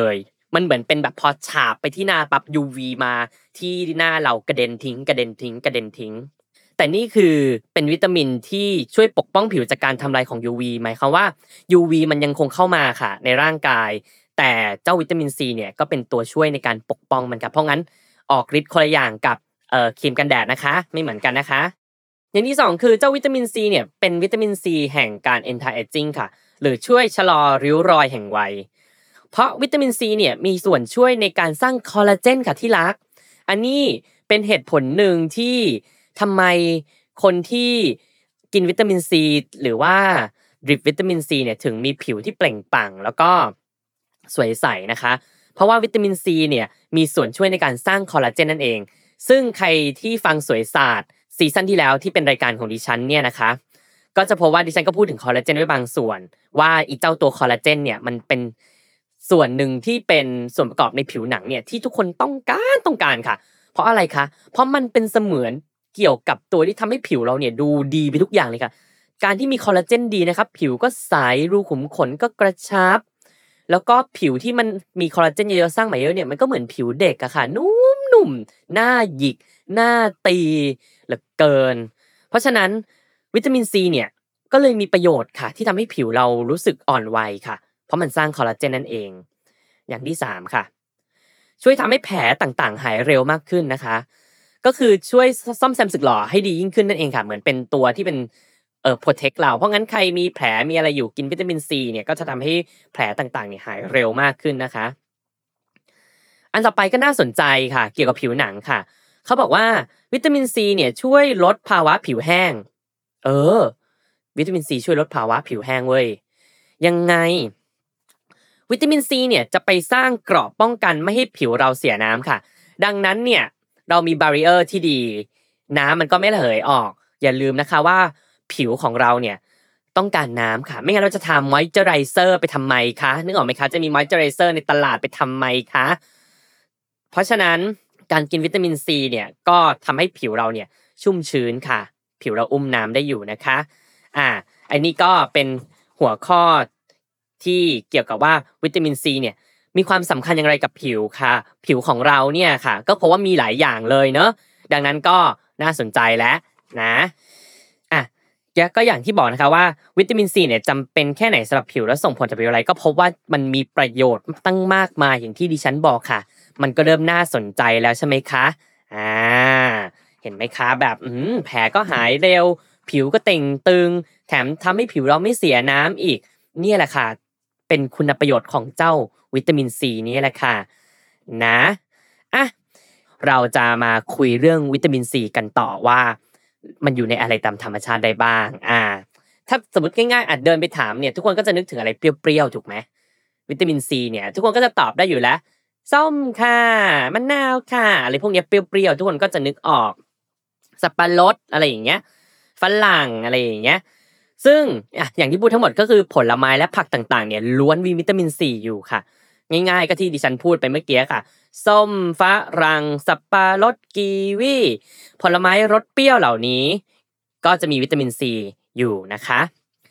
มันเหมือนเป็นแบบพอฉาบไปที่หน้าปั๊บ UV มาที่หน้าเรากระเด็นทิ้งแต่นี่คือเป็นวิตามินที่ช่วยปกป้องผิวจากการทำลายของ UV หมายความว่า UV มันยังคงเข้ามาค่ะในร่างกายแต่เจ้าวิตามินซีเนี่ยก็เป็นตัวช่วยในการปกป้องมันครับเพราะงั้นออกฤทธิ์คนละอย่างกับครีมกันแดดนะคะไม่เหมือนกันนะคะอย่างที่2คือเจ้าวิตามินซีเนี่ยเป็นวิตามินซีแห่งการ anti aging ค่ะหรือช่วยชะลอริ้วรอยแห่งวัยเพราะวิตามินซีเนี่ยมีส่วนช่วยในการสร้างคอลลาเจนค่ะที่รักอันนี้เป็นเหตุผลหนึ่งที่ทำไมคนที่กินวิตามินซีหรือว่าดริปวิตามินซีเนี่ยถึงมีผิวที่เปล่งปลั่งแล้วก็สวยใสนะคะเพราะว่าวิตามินซีเนี่ยมีส่วนช่วยในการสร้างคอลลาเจนนั่นเองซึ่งใครที่ฟังสวยศาสตร์ซีซั่นที่แล้วที่เป็นรายการของดิฉันเนี่ยนะคะก็จะพบว่าดิฉันก็พูดถึงคอลลาเจนไว้บางส่วนว่าอีเจ้าตัวคอลลาเจนเนี่ยมันเป็นส่วนหนึ่งที่เป็นส่วนประกอบในผิวหนังเนี่ยที่ทุกคนต้องการค่ะเพราะอะไรคะเพราะมันเป็นเสมือนเกี่ยวกับตัวที่ทำให้ผิวเราเนี่ยดูดีไปทุกอย่างเลยค่ะการที่มีคอลลาเจนดีนะครับผิวก็ใสรูขุมขนก็กระชับแล้วก็ผิวที่มันมีคอลลาเจนเยอะๆสร้างใหม่เยอะเนี่ยมันก็เหมือนผิวเด็กอะค่ะนุ่มๆหน้าหยิกหน้าตีเหลือเกินเพราะฉะนั้นวิตามินซีเนี่ยก็เลยมีประโยชน์ค่ะที่ทำให้ผิวเรารู้สึกอ่อนวัยค่ะเพราะมันสร้างคอลลาเจนนั่นเองอย่างที่3ค่ะช่วยทำให้แผลต่างๆหายเร็วมากขึ้นนะคะก็คือช่วยซ่อมแซมสึกหรอให้ดียิ่งขึ้นนั่นเองค่ะเหมือนเป็นตัวที่เป็นprotect เราเพราะงั้นใครมีแผลมีอะไรอยู่กินวิตามินซีเนี่ยก็จะทำให้แผลต่างๆเนี่ยหายเร็วมากขึ้นนะคะอันต่อไปก็น่าสนใจค่ะเกี่ยวกับผิวหนังค่ะเขาบอกว่าวิตามินซีเนี่ยช่วยลดภาวะผิวแห้งวิตามินซีช่วยลดภาวะผิวแห้งเว้ยยังไงวิตามินซีเนี่ยจะไปสร้างเกราะป้องกันไม่ให้ผิวเราเสียน้ำค่ะดังนั้นเนี่ยเรามีบารีเออร์ที่ดีน้ำมันก็ไม่ระเหยออกอย่าลืมนะคะว่าผิวของเราเนี่ยต้องการน้ำค่ะไม่งั้นเราจะทำมอยเจอไรเซอร์ไปทำไมคะนึกออกไหมคะจะมีมอยเจอไรเซอร์ในตลาดไปทำไมคะเพราะฉะนั้นการกินวิตามินซีเนี่ยก็ทำให้ผิวเราเนี่ยชุ่มชื้นค่ะผิวเราอุ้มน้ำได้อยู่นะคะอันนี้ก็เป็นหัวข้อที่เกี่ยวกับว่าวิตามินซีเนี่ยมีความสำคัญอย่างไรกับผิวค่ะผิวของเราเนี่ยค่ะก็เพราะว่ามีหลายอย่างเลยเนอะดังนั้นก็น่าสนใจแล้วนะก็อย่างที่บอกนะคะว่าวิตามินซีเนี่ยจำเป็นแค่ไหนสำหรับผิวและส่งผลต่อผิวอะไรก็พบว่ามันมีประโยชน์ตั้งมากมายอย่างที่ดิฉันบอกค่ะมันก็เริ่มน่าสนใจแล้วใช่ไหมคะเห็นไหมคะแบบแผลก็หายเร็วผิวก็เต่งตึงแถมทำให้ผิวเราไม่เสียน้ำอีกนี่แหละค่ะเป็นคุณประโยชน์ของเจ้าวิตามินซีนี่แหละค่ะนะเราจะมาคุยเรื่องวิตามินซีกันต่อว่ามันอยู่ในอะไรตามธรรมชาติได้บ้างถ้าสมมติง่ายๆเดินไปถามเนี่ยทุกคนก็จะนึกถึงอะไรเปรี้ยวๆถูกไหมวิตามินซีเนี่ยทุกคนก็จะตอบได้อยู่แล้วส้มค่ะมะนาวค่ะอะไรพวกนี้เปรี้ยวๆทุกคนก็จะนึกออกสับปะรดอะไรอย่างเงี้ยฝรั่งอะไรอย่างเงี้ยซึ่งอย่างที่พูดทั้งหมดก็คือผลไม้และผักต่างๆเนี่ยล้วนมีวิตามินซีอยู่ค่ะง่ายๆก็ที่ดิฉันพูดไปเมื่อกี้ค่ะส้มฝรั่งสับปะรดกีวีผลไม้รสเปรี้ยวเหล่านี้ก็จะมีวิตามินซีอยู่นะคะ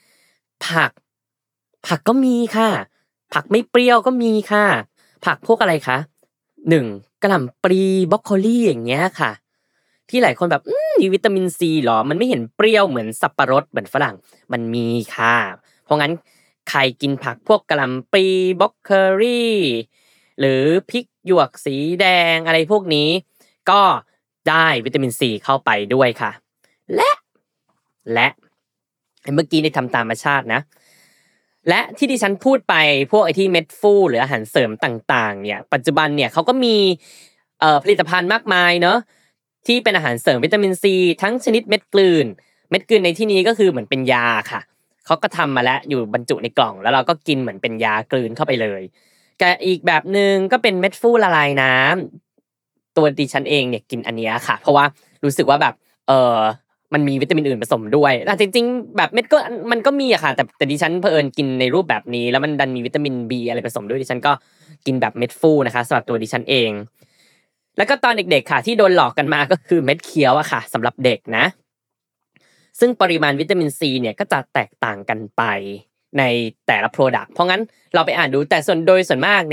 ผักก็มีค่ะผักไม่เปรี้ยวก็มีค่ะผักพวกอะไรคะ1กะหล่ำปลีบรอกโคลีอย่างเงี้ยค่ะที่หลายคนแบบมีวิตามินซีหรอมันไม่เห็นเปรี้ยวเหมือนสับปะรดเหมือนฝรั่งมันมีค่ะเพราะงั้นใครกินผักพวกกะหล่ำปลีบรอกโคลีหรือพริกหยวกสีแดงอะไรพวกนี้ก็ได้วิตามินซีเข้าไปด้วยค่ะและเมื่อกี้ในทำตามธรรมชาตินะและที่ดิฉันพูดไปพวกไอ้ที่เม็ดฟูหรืออาหารเสริมต่างๆเนี่ยปัจจุบันเนี่ยเขาก็มีผลิตภัณฑ์มากมายเนาะที่เป็นอาหารเสริมวิตามินซีทั้งชนิดเม็ดกลืนในที่นี้ก็คือเหมือนเป็นยาค่ะเขาก็ทำมาแล้วอยู่บรรจุในกล่องแล้วเราก็กินเหมือนเป็นยากลืนเข้าไปเลยแต่อีกแบบนึงก็เป็นเม็ดฟูละลายน้ำตัวดิฉันเองเนี่ยกินอันนี้ค่ะเพราะว่ารู้สึกว่าแบบมันมีวิตามินอื่นผสมด้วยจริงๆแบบเม็ดก็มันก็มีอะค่ะแต่ดิฉันเผอิญกินในรูปแบบนี้แล้วมันดันมีวิตามิน B อะไรผสมด้วยดิฉันก็กินแบบเม็ดฟูนะคะสำหรับตัวดิฉันเองแล้วก็ตอนเด็กๆค่ะที่โดนหลอกกันมาก็คือเม็ดเคี้ยวอะค่ะสำหรับเด็กนะซึ่งปริมาณวิตามินซีเนี่ยก็จะแตกต่างกันไปในแต่ละ product เพราะงั้นเราไปอ่านดูแต่โดยส่วนมากเนี่ย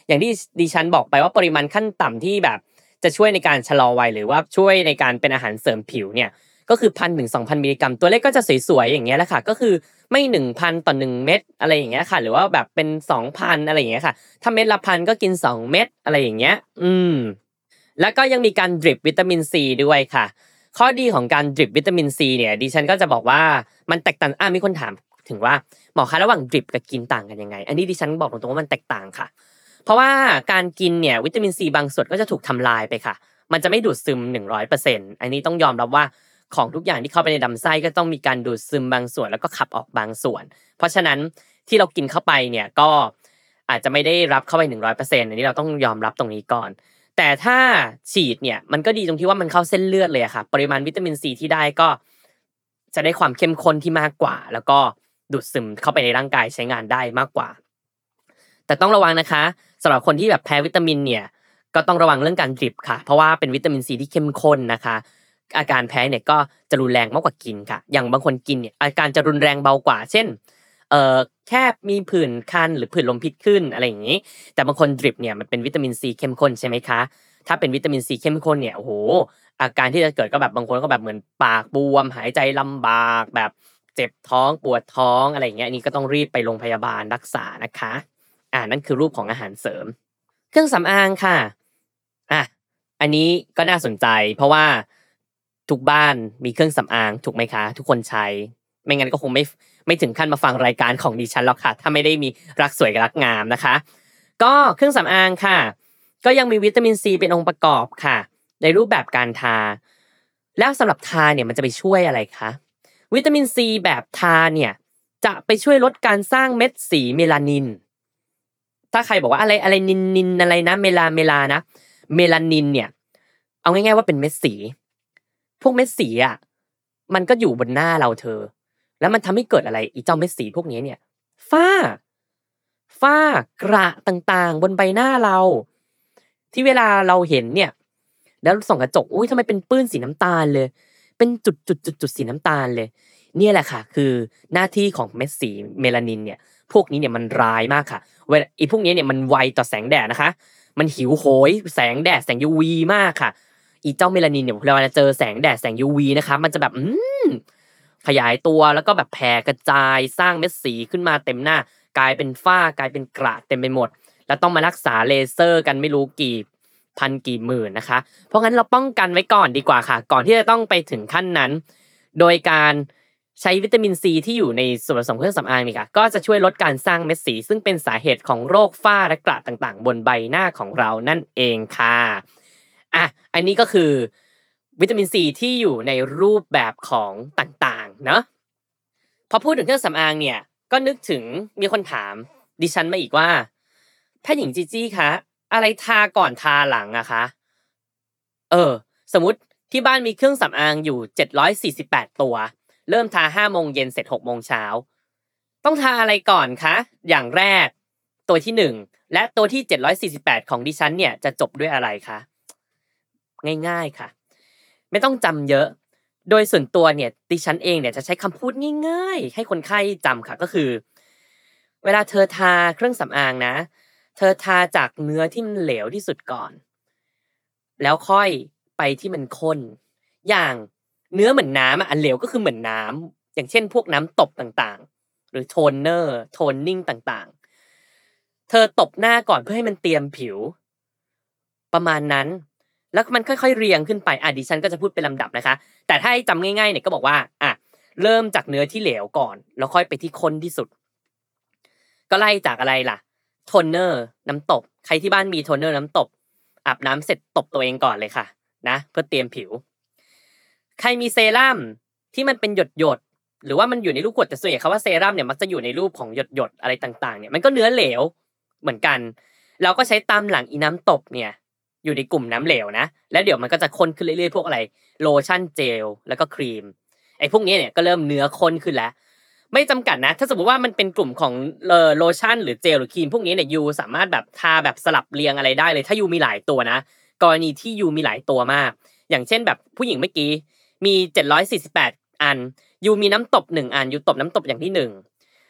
อย่างที่ดิฉันบอกไปว่าปริมาณขั้นต่ำที่แบบจะช่วยในการชะลอวัยหรือว่าช่วยในการเป็นอาหารเสริมผิวเนี่ยก็คือ 1,000 ถึง 2,000 มิลลิกรัมตัวเลขก็จะสวยๆอย่างเงี้ยแหละค่ะก็คือไม่ 1,000 ต่อ1เม็ดอะไรอย่างเงี้ยค่ะหรือว่าแบบเป็น 2,000 อะไรอย่างเงี้ยค่ะถ้าเม็ดละ 1,000 ก็กิน2เม็ดอะไรอย่างเงี้ยแล้วก็ยังมีการดริปวิตามินซีด้วยค่ะข้อดีของการดริปวิตามินซีเนี่ยดิฉันก็จะบอกว่ามันแตกต่างมีคนถามถึงว่าหมอคะระหว่างดริปกับกินต่างกันยังไงอันนี้ดิฉันบอกตรงๆว่ามันแตกต่างค่ะเพราะว่าการกินเนี่ยวิตามินซีบางส่วนก็จะถูกทำลายไปค่ะมันจะไม่ดูดซึม 100% อันนี้ต้องยอมรับว่าของทุกอย่างที่เข้าไปในลำไส้ก็ต้องมีการดูดซึมบางส่วนแล้วก็ขับออกบางส่วนเพราะฉะนั้นที่เรากินเข้าไปเนี่ยก็อาจจะไม่ได้รับเข้าไป 100% อันนี้เราต้องยอมรับตรงนี้ก่อนแต่ถ้าฉีดเนี่ยมันก็ดีตรงที่ว่ามันเข้าเส้นเลือดเลยอะค่ะปริมาณวิตามินซีที่ได้ก็จะได้ความเข้มข้นที่มากกว่าแล้วก็ดูดซึมเข้าไปในร่างกายใช้งานได้มากกว่าแต่ต้องระวังนะคะสำหรับคนที่แบบแพ้วิตามินเนี่ยก็ต้องระวังเรื่องการดริปค่ะเพราะว่าเป็นวิตามินซีที่เข้มข้นนะคะอาการแพ้เนี่ยก็จะรุนแรงมากกว่ากินค่ะอย่างบางคนกินเนี่ยอาการจะรุนแรงเบากว่าเช่นแค่มีผื่นคันหรือผื่นลมพิษขึ้นอะไรอย่างนี้แต่บางคนดริปเนี่ยมันเป็นวิตามินซีเข้มข้นใช่ไหมคะถ้าเป็นวิตามินซีเข้มข้นเนี่ยโอ้โหอาการที่จะเกิดก็แบบบางคนก็แบบเหมือนปากบวมหายใจลำบากแบบเจ็บท้องปวดท้องอะไรอย่างเงี้ยอันนี้ก็ต้องรีบไปโรงพยาบาลรักษานะคะนั่นคือรูปของอาหารเสริมเครื่องสำอางค่ะอันนี้ก็น่าสนใจเพราะว่าทุกบ้านมีเครื่องสำอางถูกไหมคะทุกคนใช้ไม่งั้นก็คงไม่ถึงขั้นมาฟังรายการของดิฉันหรอกค่ะถ้าไม่ได้มีรักสวยกับรักงามนะคะก็เครื่องสำอางค่ะก็ยังมีวิตามินซีเป็นองค์ประกอบค่ะในรูปแบบการทาแล้วสำหรับทาเนี่ยมันจะไปช่วยอะไรคะวิตามินซีแบบทาเนี่ยจะไปช่วยลดการสร้างเม็ดสีเมลานินถ้าใครบอกว่าอะไรนินอะไรนะเมลานะเมลานินเนี่ยเอาง่ายๆว่าเป็นเม็ดสีพวกเม็ดสีอ่ะมันก็อยู่บนหน้าเราเธอแล้วมันทำให้เกิดอะไรอีเจ้าเม็ดสีพวกนี้เนี่ยฝ้ากระต่างๆบนใบหน้าเราที่เวลาเราเห็นเนี่ยแล้วส่องกระจกอุ้ยทำไมเป็นปื้นสีน้ำตาลเลยเป็นจุดสีน้ำตาลเลยเนี่ยแหละค่ะคือหน้าที่ของเม็ดสีเมลานินเนี่ยพวกนี้เนี่ยมันร้ายมากค่ะเวลาไอ้พวกนี้เนี่ยมันไวต่อแสงแดดนะคะมันหิวโหยแสงแดดแสง UV มากค่ะอีเจ้าเมลานินเนี่ยเวลาเจอแสงแดดแสง UV นะคะมันจะแบบขยายตัวแล้วก็แบบแผ่กระจายสร้างเม็ดสีขึ้นมาเต็มหน้ากลายเป็นฝ้ากลายเป็นกระเต็มไปหมดแล้วต้องมารักษาเลเซอร์กันไม่รู้กี่พันกี่หมื่นนะคะเพราะงั้นเราป้องกันไว้ก่อนดีกว่าค่ะก่อนที่จะต้องไปถึงขั้นนั้นโดยการใช้วิตามินซีที่อยู่ในส่วนผสมเครื่องสำอางนี่ค่ะก็จะช่วยลดการสร้างเม็ดสีซึ่งเป็นสาเหตุของโรคฝ้าและกระต่างๆบนใบหน้าของเรานั่นเองค่ะอันนี้ก็คือวิตามินซีที่อยู่ในรูปแบบของต่างๆเนาะพอพูดถึงเครื่องสำอางเนี่ยก็นึกถึงมีคนถามดิฉันมาอีกว่าแพทย์หญิงจีจี้คะอะไรทาก่อนทาหลังอะคะสมมุติที่บ้านมีเครื่องสำอางอยู่748ตัวเริ่มทา 5 โมงเย็นเสร็จ 6 โมงเช้าต้องทาอะไรก่อนคะอย่างแรกตัวที่1และตัวที่748ของดิฉันเนี่ยจะจบด้วยอะไรคะง่ายๆค่ะไม่ต้องจำเยอะโดยส่วนตัวเนี่ยดิฉันเองเนี่ยจะใช้คำพูดง่ายๆให้คนไข้จำค่ะก็คือเวลาเธอทาเครื่องสำอางนะเธอทาจากเนื้อที่มันเหลวที่สุดก่อนแล้วค่อยไปที่มันข้นอย่างเนื้อเหมือนน้ำอันเหลวก็คือเหมือนน้ำอย่างเช่นพวกน้ำตบต่างๆหรือโทนเนอร์โทนนิ่งต่างๆเธอตบหน้าก่อนเพื่อให้มันเตรียมผิวประมาณนั้นแล้วมันค่อยๆเรียงขึ้นไปดิฉันก็จะพูดเป็นลำดับนะคะแต่ถ้าให้จำง่ายๆเนี่ยก็บอกว่าเริ่มจากเนื้อที่เหลวก่อนแล้วค่อยไปที่ข้นที่สุดก็ไล่จากอะไรล่ะโทนเนอร์น้ำตบใครที่บ้านมีโทนเนอร์น้ำตบอาบน้ำเสร็จตบตัวเองก่อนเลยค่ะนะเพื่อเตรียมผิวใครมีเซรั่มที่มันเป็นหยดๆหรือว่ามันอยู่ในรูปขวดแต่ส่วนใหญ่คำว่าเซรั่มเนี่ยมักจะอยู่ในรูปของหยดๆอะไรต่างๆเนี่ยมันก็เนื้อเหลวเหมือนกันเราก็ใช้ตามหลังอีน้ำตบเนี่ยอยู่ในกลุ่มน้ำเหลวนะแล้วเดี๋ยวมันก็จะข้นขึ้นเรื่อยๆพวกอะไรโลชั่นเจลแล้วก็ครีมไอ้พวกนี้เนี่ยก็เริ่มเนื้อข้นขึ้นแล้วไม่จำกัดนะถ้าสมมติว่ามันเป็นกลุ่มของโลชั่นหรือเจลหรือครีมพวกนี้เนี่ยยูสามารถแบบทาแบบสลับเรียงอะไรได้เลยถ้ายูมีหลายตัวนะกรณีที่ยูมีหลายตัวมากอย่างเช่นแบบผู้หญิงเมื่อกี้มี748อันยูมีน้ำตบ1อันยูตบน้ำตบอย่างที่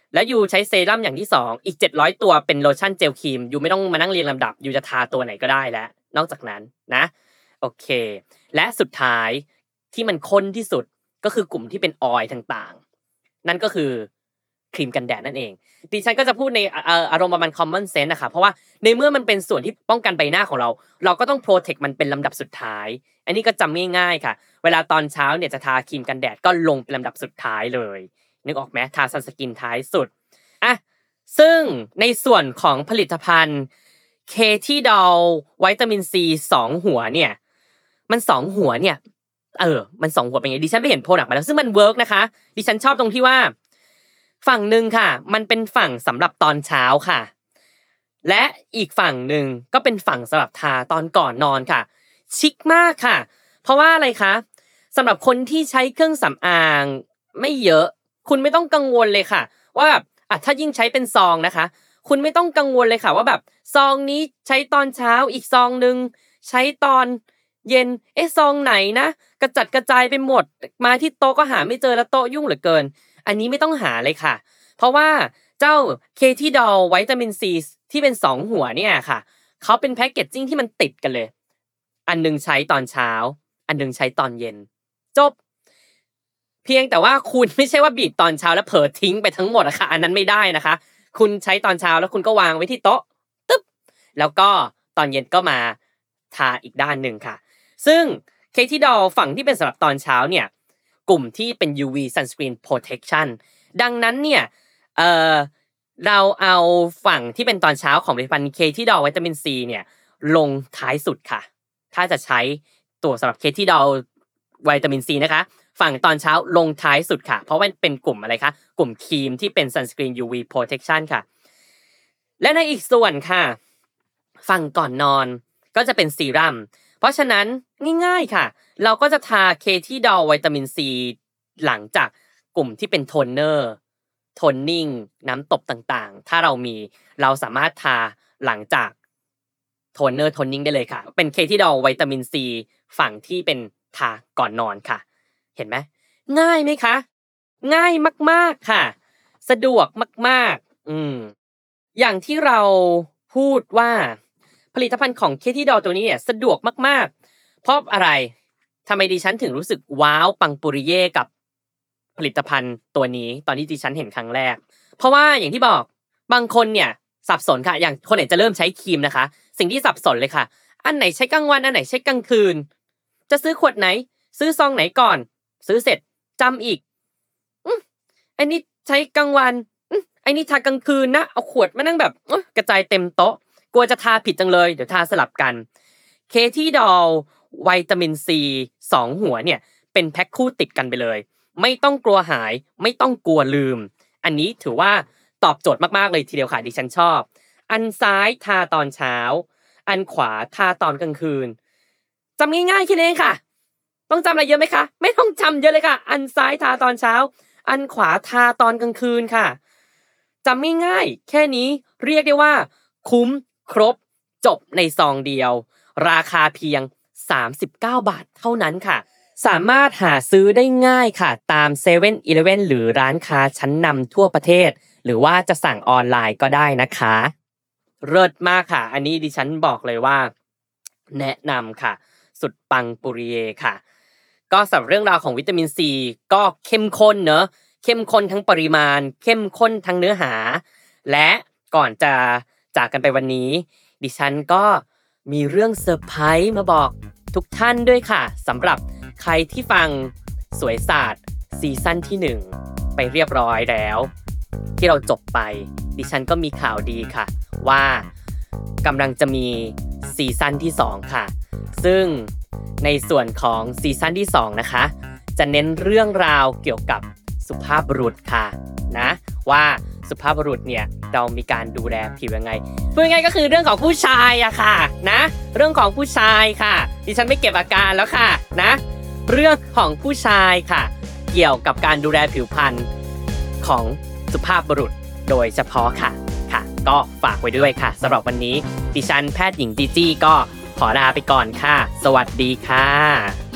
แล้วยูใช้เซรั่มอย่างที่2อีก700ตัวเป็นโลชั่นเจลครีมยูไม่ต้องมานั่งเรียงลำดับยูจะทาตัวไหนก็ได้แล้วนอกจากนั้นนะโอเคและสุดท้ายที่มันข้นที่สุดก็คือกลุ่มที่เป็นออยล์ต่างๆนั่นก็คือครีมกันแดดนั่นเองดิฉันก็จะพูดในอารมณ์ประมาณ common sense นะคะเพราะว่าในเมื่อมันเป็นส่วนที่ป้องกันใบหน้าของเราก็ต้อง protect มันเป็นลำดับสุดท้ายอันนี้ก็จำง่ายๆค่ะเวลาตอนเช้าเนี่ยจะทาครีมกันแดดก็ลงเป็นลำดับสุดท้ายเลยนึกออกไหมทาซันสกินท้ายสุดอ่ะซึ่งในส่วนของผลิตภัณฑ์เคที่ดอลวิตามินซี2หัวเนี่ยมัน2หัวเนี่ยมัน2หัวเป็นไงดิฉันไปเห็นโปรดักต์มาแล้วซึ่งมันเวิร์กนะคะดิฉันชอบตรงที่ว่าฝั่งนึงค่ะมันเป็นฝั่งสำหรับตอนเช้าค่ะและอีกฝั่งนึงก็เป็นฝั่งสำหรับทาตอนก่อนนอนค่ะชิคมากค่ะเพราะว่าอะไรคะสำหรับคนที่ใช้เครื่องสำอางไม่เยอะคุณไม่ต้องกังวลเลยค่ะว่าแบบถ้ายิ่งใช้เป็นซองนะคะคุณไม่ต้องกังวลเลยค่ะว่าแบบซองนี้ใช้ตอนเช้าอีกซองนึงใช้ตอนเย็นซองไหนนะกระจัดกระจายไปหมดมาที่โต๊ะก็หาไม่เจอแล้วโต๊ะยุ่งเหลือเกินอันนี้ไม่ต้องหาเลยค่ะเพราะว่าเจ้าเคที่ดอลวิตามินซีที่เป็น2หัวเนี่ยค่ะเขาเป็นแพ็คเกจจิ้งที่มันติดกันเลยอันนึงใช้ตอนเช้าอันนึงใช้ตอนเย็นจบเพียงแต่ว่าคุณไม่ใช่ว่าบีบตอนเช้าแล้วเผลอทิ้งไปทั้งหมดอะค่ะอันนั้นไม่ได้นะคะคุณใช้ตอนเช้าแล้วคุณก็วางไว้ที่โต๊ะตึ๊บแล้วก็ตอนเย็นก็มาทาอีกด้านนึงค่ะซึ่งเคที่ดอลฝั่งที่เป็นสำหรับตอนเช้าเนี่ยกลุ่มที่เป็น UV sunscreen protection ดังนั้นเนี่ยเราเอาฝั่งที่เป็นตอนเช้าของผลิตภัณฑ์เคที่ดอลวิตามินซีเนี่ยลงท้ายสุดค่ะถ้าจะใช้ตัวสำหรับเคที่ดอลวิตามินซีนะคะฝั่งตอนเช้าลงท้ายสุดค่ะเพราะว่าเป็นกลุ่มอะไรคะกลุ่มครีมที่เป็น sunscreen UV protection ค่ะและในอีกส่วนค่ะฝั่งก่อนนอนก็จะเป็นซีรั่มเพราะฉะนั้นง่ายๆค่ะเราก็จะทาเคที่ดอลวิตามินซีหลังจากกลุ่มที่เป็นโทนเนอร์โทนนิ่งน้ำตบต่างๆถ้าเรามีเราสามารถทาหลังจากโทนเนอร์โทนนิ่งได้เลยค่ะเป็นเคที่ดอลวิตามินซีฝั่งที่เป็นทาก่อนนอนค่ะเห็นไหมง่ายไหมคะง่ายมากๆค่ะสะดวกมากๆอย่างที่เราพูดว่าผลิตภัณฑ์ของเคที่ดอลตัวนี้เนี่ยสะดวกมากๆเพราะอะไรทำไมดิฉันถึงรู้สึกว้าวปังปุริเย่กับผลิตภัณฑ์ตัวนี้ตอนที่ดิฉันเห็นครั้งแรกเพราะว่าอย่างที่บอกบางคนเนี่ยสับสนค่ะอย่างคนไหนจะเริ่มใช้ครีมนะคะสิ่งที่สับสนเลยค่ะอันไหนใช้กลางวันอันไหนใช้กลางคืนจะซื้อขวดไหนซื้อซองไหนก่อนซื้อเสร็จจำอีกอันนี้ใช้กลางวันอันนี้ทากลางคืนนะเอาขวดมานั่งแบบกระจายเต็มโต๊ะกลัวจะทาผิดจังเลยเดี๋ยวทาสลับกันเคที่ดอลวิตามินซี2หัวเนี่ยเป็นแพ็คคู่ติดกันไปเลยไม่ต้องกลัวหายไม่ต้องกลัวลืมอันนี้ถือว่าตอบโจทย์มากๆเลยทีเดียวค่ะดิฉันชอบอันซ้ายทาตอนเช้าอันขวาทาตอนกลางคืนจำง่ายๆแค่นี้ค่ะต้องจำอะไรเยอะไหมคะไม่ต้องจำเยอะเลยค่ะอันซ้ายทาตอนเช้าอันขวาทาตอนกลางคืนค่ะจำง่ายๆแค่นี้เรียกได้ว่าคุ้มครบจบในซองเดียวราคาเพียง39 บาทเท่านั้นค่ะสามารถหาซื้อได้ง่ายค่ะตาม 7-Eleven หรือร้านค้าชั้นนำทั่วประเทศหรือว่าจะสั่งออนไลน์ก็ได้นะคะเลิศมากค่ะอันนี้ดิฉันบอกเลยว่าแนะนำค่ะสุดปังปุริเย่ค่ะก็สำหรับเรื่องราวของวิตามินซีก็เข้มข้นเนอะเข้มข้นทั้งปริมาณเข้มข้นทั้งเนื้อหาและก่อนจะจากกันไปวันนี้ดิฉันก็มีเรื่องเซอร์ไพรส์มาบอกทุกท่านด้วยค่ะสำหรับใครที่ฟังสวยศาสตร์ซีซั่นที่1ไปเรียบร้อยแล้วที่เราจบไปดิฉันก็มีข่าวดีค่ะว่ากำลังจะมีซีซั่นที่2ค่ะซึ่งในส่วนของซีซั่นที่2นะคะจะเน้นเรื่องราวเกี่ยวกับสุภาพบุรุษค่ะนะว่าสุภาพบุรุษเนี่ยเรามีการดูแลผิวยังไงพูดง่ายๆก็คือเรื่องของผู้ชายอะค่ะนะเรื่องของผู้ชายค่ะดิฉันไม่เก็บอาการแล้วค่ะนะเรื่องของผู้ชายค่ะเกี่ยวกับการดูแลผิวพรรณของสุภาพบุรุษโดยเฉพาะค่ะก็ฝากไว้ด้วยค่ะสำหรับวันนี้ดิฉันแพทย์หญิงจีจี้ก็ขอลาไปก่อนค่ะสวัสดีค่ะ